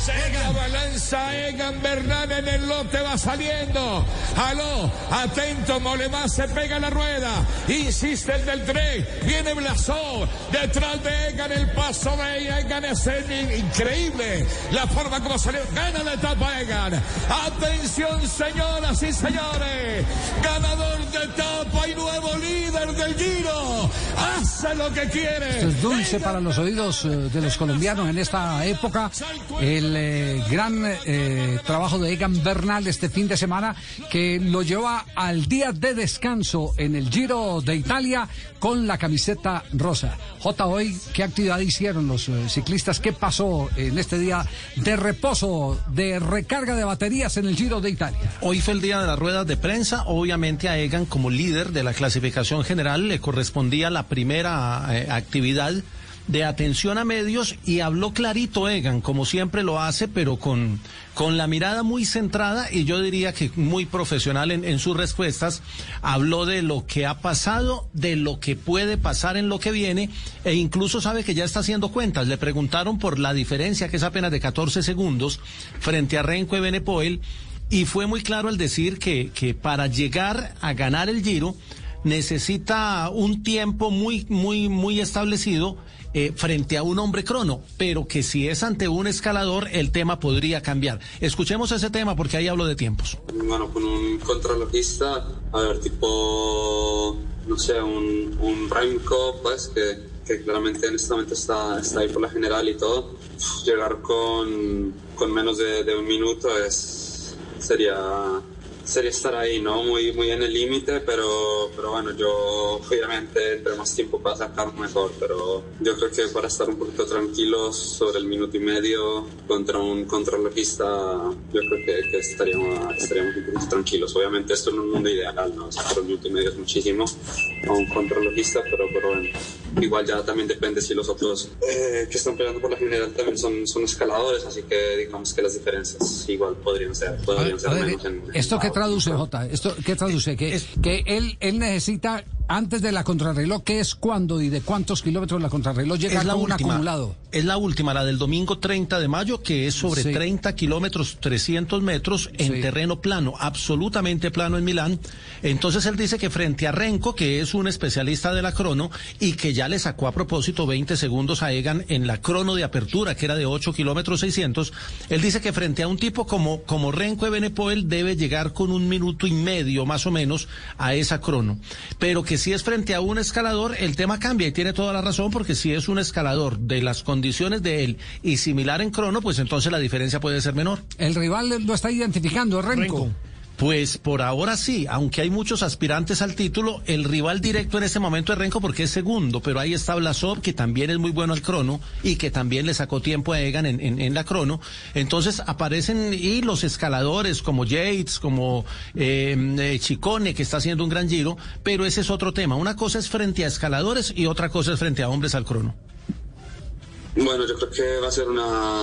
La balanza Egan Bernal en el lote va saliendo. Aló, atento, Molemás se pega la rueda. Insiste el del tren. Viene Blasó. Detrás de Egan el paso de Egan es increíble. La forma como salió. Gana la etapa Egan. Atención, señoras y señores. Ganador de etapa y nuevo líder del Giro. Hace lo que quiere. Esto es dulce para los oídos de los colombianos en esta época. El gran trabajo de Egan Bernal este fin de semana, que lo lleva al día de descanso en el Giro de Italia con la camiseta rosa. Jota, hoy, ¿qué actividad hicieron los ciclistas? ¿Qué pasó en este día de reposo, de recarga de baterías en el Giro de Italia? Hoy fue el día de las ruedas de prensa. Obviamente a Egan, como líder de la clasificación general, le correspondía la primera actividad de atención a medios, y habló clarito Egan, como siempre lo hace, pero con la mirada muy centrada, y yo diría que muy profesional en sus respuestas. Habló de lo que ha pasado, de lo que puede pasar en lo que viene, e incluso sabe que ya está haciendo cuentas. Le preguntaron por la diferencia, que es apenas de 14 segundos, frente a Remco Evenepoel, y fue muy claro al decir que para llegar a ganar el Giro necesita un tiempo muy establecido frente a un hombre crono, pero que si es ante un escalador el tema podría cambiar. Escuchemos ese tema porque ahí hablo de tiempos. Bueno, con un contrarrelojista, a ver, tipo, no sé, un Remco, pues, que claramente en este momento está ahí por la general y todo, llegar con menos de un minuto sería estar ahí, ¿no? Muy en el límite, pero bueno, yo obviamente entre más tiempo para sacar mejor, pero yo creo que para estar un poquito tranquilos sobre el minuto y medio contra un contrarrelojista, yo creo que estaríamos un poquito tranquilos. Obviamente esto en un mundo ideal, ¿no? Sacar un minuto y medio es muchísimo a un contrarrelojista, pero bueno, igual ya también depende si los otros que están peleando por la general también son escaladores, así que digamos que las diferencias igual podrían ser menos en ¿esto qué traduce, Jota? ¿Esto qué traduce? Que él necesita, antes de la contrarreloj, ¿qué es cuándo y de cuántos kilómetros la contrarreloj llega con un acumulado? Es la última, la del domingo 30 de mayo, que es sobre 30 kilómetros, 300 metros en terreno plano, absolutamente plano en Milán. Entonces él dice que frente a Remco, que es un especialista de la crono y que ya le sacó a propósito 20 segundos a Egan en la crono de apertura, que era de 8 kilómetros 600, él dice que frente a un tipo como Remco Evenepoel debe llegar con un minuto y medio más o menos a esa crono, pero que si es frente a un escalador el tema cambia, y tiene toda la razón, porque si es un escalador de las condiciones de él y similar en crono, pues entonces la diferencia puede ser menor. El rival lo está identificando, Remco. Pues por ahora sí, aunque hay muchos aspirantes al título, el rival directo en este momento es Remco porque es segundo, pero ahí está Blasov, que también es muy bueno al crono y que también le sacó tiempo a Egan en la crono. Entonces aparecen y los escaladores como Yates, como Ciccone, que está haciendo un gran Giro, pero ese es otro tema. Una cosa es frente a escaladores y otra cosa es frente a hombres al crono. Bueno, yo creo que va a ser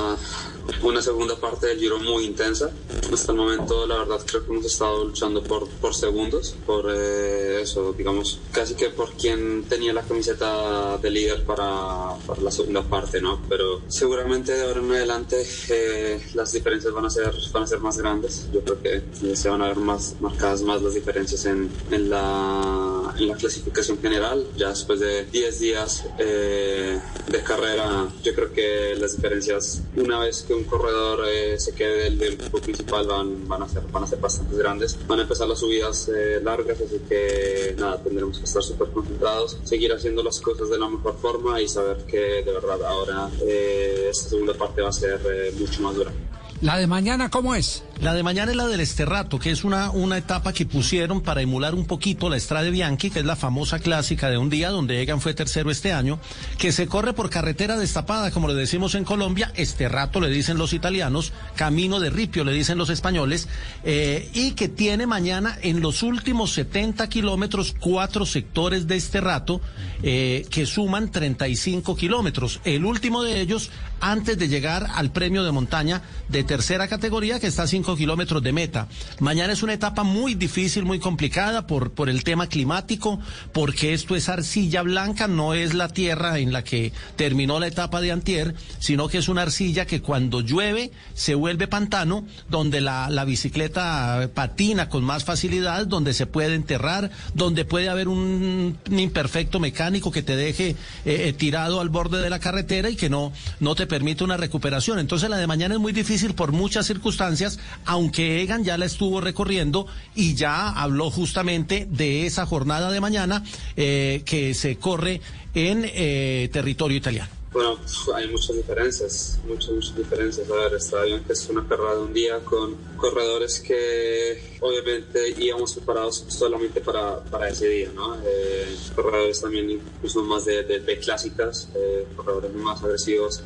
una segunda parte del Giro muy intensa. Hasta el momento, la verdad, creo que hemos estado luchando por segundos, por eso, digamos, casi que por quien tenía la camiseta de líder para la segunda parte, ¿no? Pero seguramente de ahora en adelante las diferencias van a ser más grandes. Yo creo que se van a ver marcadas más las diferencias en la clasificación general. Ya después de 10 días de carrera, yo creo que las diferencias, una vez que un corredor se quede del grupo principal, van a ser bastante grandes. Van a empezar las subidas largas, así que nada, tendremos que estar súper concentrados, seguir haciendo las cosas de la mejor forma y saber que de verdad ahora esta segunda parte va a ser mucho más dura. ¿La de mañana cómo es? La de mañana es la del Sterrato, que es una etapa que pusieron para emular un poquito la Strade Bianchi, que es la famosa clásica de un día donde Egan fue tercero este año, que se corre por carretera destapada, como le decimos en Colombia. Sterrato le dicen los italianos, camino de ripio le dicen los españoles, y que tiene mañana en los últimos 70 kilómetros 4 sectores de Sterrato que suman 35 kilómetros. El último de ellos antes de llegar al premio de montaña de tercera categoría, que está a 5 kilómetros de meta. Mañana es una etapa muy difícil, muy complicada por el tema climático, porque esto es arcilla blanca, no es la tierra en la que terminó la etapa de antier, sino que es una arcilla que cuando llueve se vuelve pantano, donde la bicicleta patina con más facilidad, donde se puede enterrar, donde puede haber un imperfecto mecánico que te deje tirado al borde de la carretera y que no te permite una recuperación. Entonces la de mañana es muy difícil por muchas circunstancias, aunque Egan ya la estuvo recorriendo y ya habló justamente de esa jornada de mañana que se corre en territorio italiano. Bueno, hay muchas diferencias. A ver, está bien que es una carrera de un día con corredores que obviamente íbamos preparados solamente para ese día, ¿no? Corredores también incluso más de clásicas, corredores más agresivos.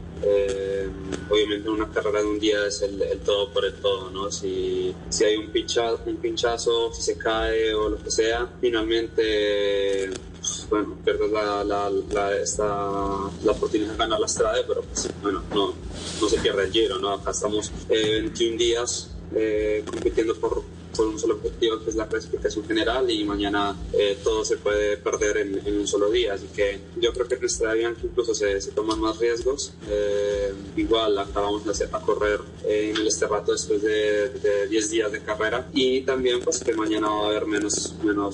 Obviamente una carrera de un día es el todo por el todo, ¿no? Si hay un pinchazo, si se cae o lo que sea, finalmente bueno, pierdes la oportunidad de ganar la Strade, pero pues, bueno, no se pierde el Giro, ¿no? Acá estamos 21 días compitiendo por un solo objetivo, que es la clasificación general, y mañana todo se puede perder en un solo día, así que yo creo que en Strade Bianche incluso se toman más riesgos. Igual acabamos a correr en el Sterrato después de 10 días de carrera, y también pues que mañana va a haber menos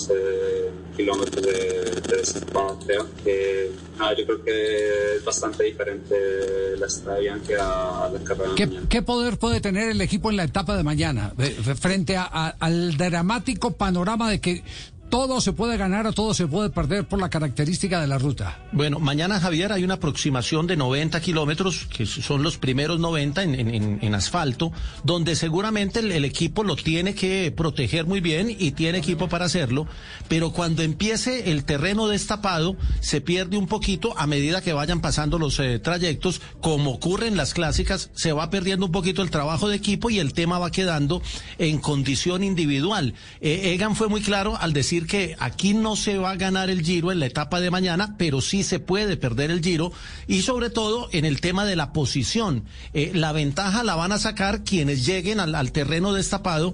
kilómetros de desempate, creo que yo creo que es bastante diferente la Strade Bianche a la carrera de mañana. ¿Qué poder puede tener el equipo en la etapa de mañana frente al dramático panorama de que todo se puede ganar o todo se puede perder por la característica de la ruta? Bueno, mañana, Javier, hay una aproximación de 90 kilómetros, que son los primeros 90 en asfalto, donde seguramente el equipo lo tiene que proteger muy bien y tiene equipo para hacerlo, pero cuando empiece el terreno destapado, se pierde un poquito a medida que vayan pasando los trayectos, como ocurre en las clásicas, se va perdiendo un poquito el trabajo de equipo y el tema va quedando en condición individual. Egan fue muy claro al decir que aquí no se va a ganar el Giro en la etapa de mañana, pero sí se puede perder el Giro, y sobre todo en el tema de la posición. La ventaja la van a sacar quienes lleguen al terreno destapado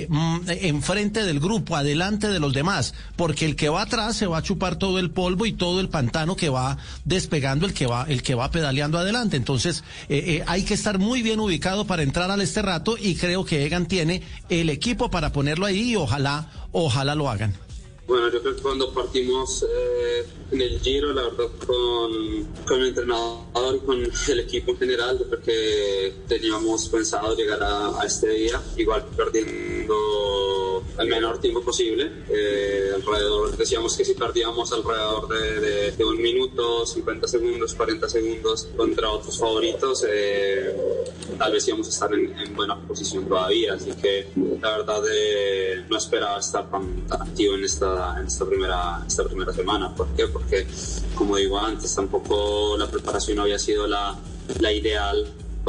enfrente del grupo, adelante de los demás, porque el que va atrás se va a chupar todo el polvo y todo el pantano que va despegando el que va pedaleando adelante. Entonces hay que estar muy bien ubicado para entrar al Sterrato, y creo que Egan tiene el equipo para ponerlo ahí, y ojalá lo hagan. Bueno, yo creo que cuando partimos en el Giro, la verdad, con el entrenador y con el equipo en general, yo creo que teníamos pensado llegar a este día, igual perdiendo el menor tiempo posible. Decíamos que si perdíamos alrededor de 1 minuto, 50 segundos, 40 segundos contra otros favoritos, tal vez íbamos a estar en buena posición todavía, así que la verdad no esperaba estar tan activo en esta primera semana. ¿Por qué? Porque, como digo antes, tampoco la preparación había sido la ideal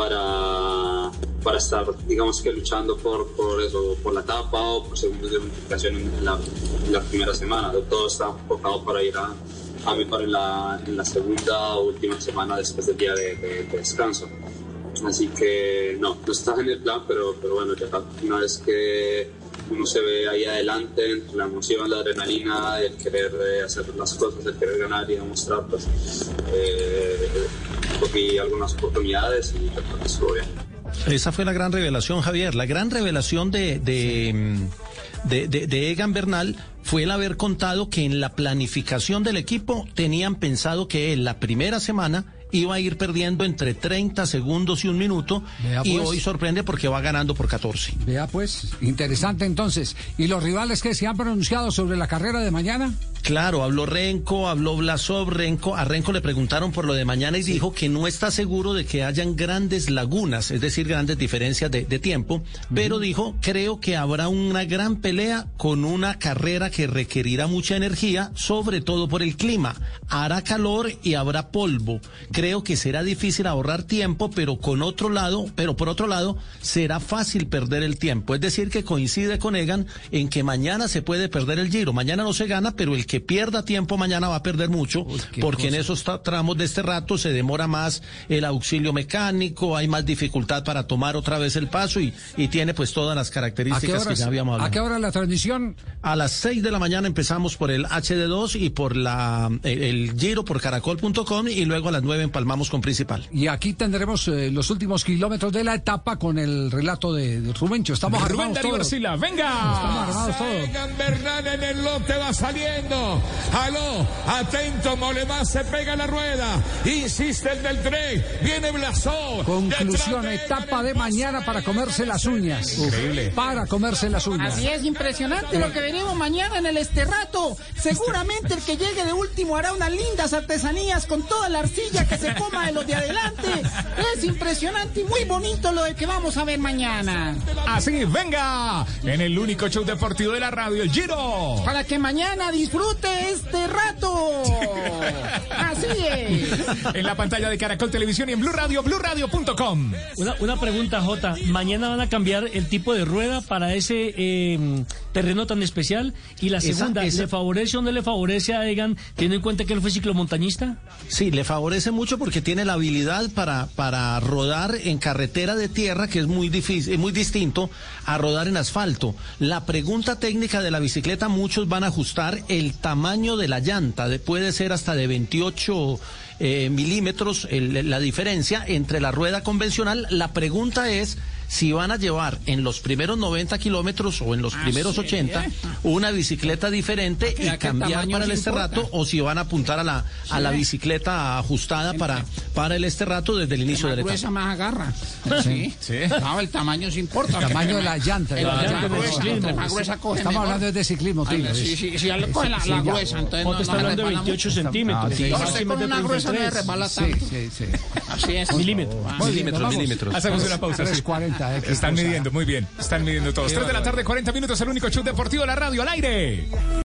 para estar, digamos que luchando por la etapa o por segundos de unificación en la primera semana. Todo está enfocado para ir a mejor en la segunda o última semana después del día de descanso. Así que no está en el plan, pero bueno, ya una vez que uno se ve ahí adelante, entre la emoción, la adrenalina, el querer hacer las cosas, el querer ganar y demostrar, pues cogí algunas oportunidades y creo que estuvo bien. Esa fue la gran revelación, Javier. La gran revelación de Egan Bernal fue el haber contado que en la planificación del equipo tenían pensado que en la primera semana iba a ir perdiendo entre 30 segundos y 1 minuto, y hoy sorprende porque va ganando por 14. Vea pues, interesante entonces. ¿Y los rivales que se han pronunciado sobre la carrera de mañana? Claro, habló Renko, habló Blasov. A Renko le preguntaron por lo de mañana y dijo que no está seguro de que hayan grandes lagunas, es decir, grandes diferencias de tiempo, pero dijo, creo que habrá una gran pelea con una carrera que requerirá mucha energía, sobre todo por el clima. Hará calor y habrá polvo. Creo que será difícil ahorrar tiempo, pero por otro lado, será fácil perder el tiempo. Es decir, que coincide con Egan en que mañana se puede perder el Giro. Mañana no se gana, pero el que que pierda tiempo mañana va a perder mucho, porque en esos tramos de este rato se demora más el auxilio mecánico, hay más dificultad para tomar otra vez el paso y tiene pues todas las características que ya habíamos hablado. ¿A qué hora la transmisión? A las 6 de la mañana empezamos por el HD2 y por el Giro por caracol.com y luego a las 9 empalmamos con Principal. Y aquí tendremos los últimos kilómetros de la etapa con el relato de Rubencho. Estamos Rubén armados Darío todos. Arcila, venga. Estamos armados todos. Egan Bernal en el lote va saliendo. Aló, atento, Molemás se pega la rueda. Insiste el del tren. Viene Blasó. Conclusión, etapa de mañana para comerse las uñas. Increíble. Para comerse las uñas. Así es, impresionante lo que veremos mañana en el Esterrato. Seguramente el que llegue de último hará unas lindas artesanías con toda la arcilla que se coma de los de adelante. Es impresionante y muy bonito lo de que vamos a ver mañana. Así, venga, en el único show deportivo de la radio, el Giro. Para que mañana disfrute este rato. Así es. En la pantalla de Caracol Televisión y en Blue Radio, BlueRadio.com. Una pregunta, Jota. ¿Mañana van a cambiar el tipo de rueda para ese terreno tan especial? Y la segunda, ¿le favorece o no le favorece a Egan, teniendo en cuenta que él fue ciclomontañista? Sí, le favorece mucho porque tiene la habilidad para rodar en carretera de tierra, que es muy difícil, muy distinto a rodar en asfalto. La pregunta técnica de la bicicleta, muchos van a ajustar el tamaño de la llanta, puede ser hasta de 28 milímetros la diferencia entre la rueda convencional. La pregunta es si van a llevar en los primeros 90 kilómetros o en los primeros 80 una bicicleta diferente y cambiar para el Esterrato, o si van a apuntar a la bicicleta ajustada para el Esterrato desde el inicio de la etapa. Gruesa más agarra. Sí. No, el tamaño se importa. El tamaño de la llanta. Entre más gruesa coge Estamos mejor. hablando de ciclismo, Tino. Sí, ya le coge la gruesa, entonces Jota está hablando de 28 centímetros. sí. No, usted con una gruesa no le resbala tanto. Sí. Así es. Milímetros. Milímetros. Hacemos una pausa. Sí. 3:40. Están midiendo, muy bien. Están midiendo todos. 3 de la tarde, 40 minutos, el único show deportivo de la radio al aire.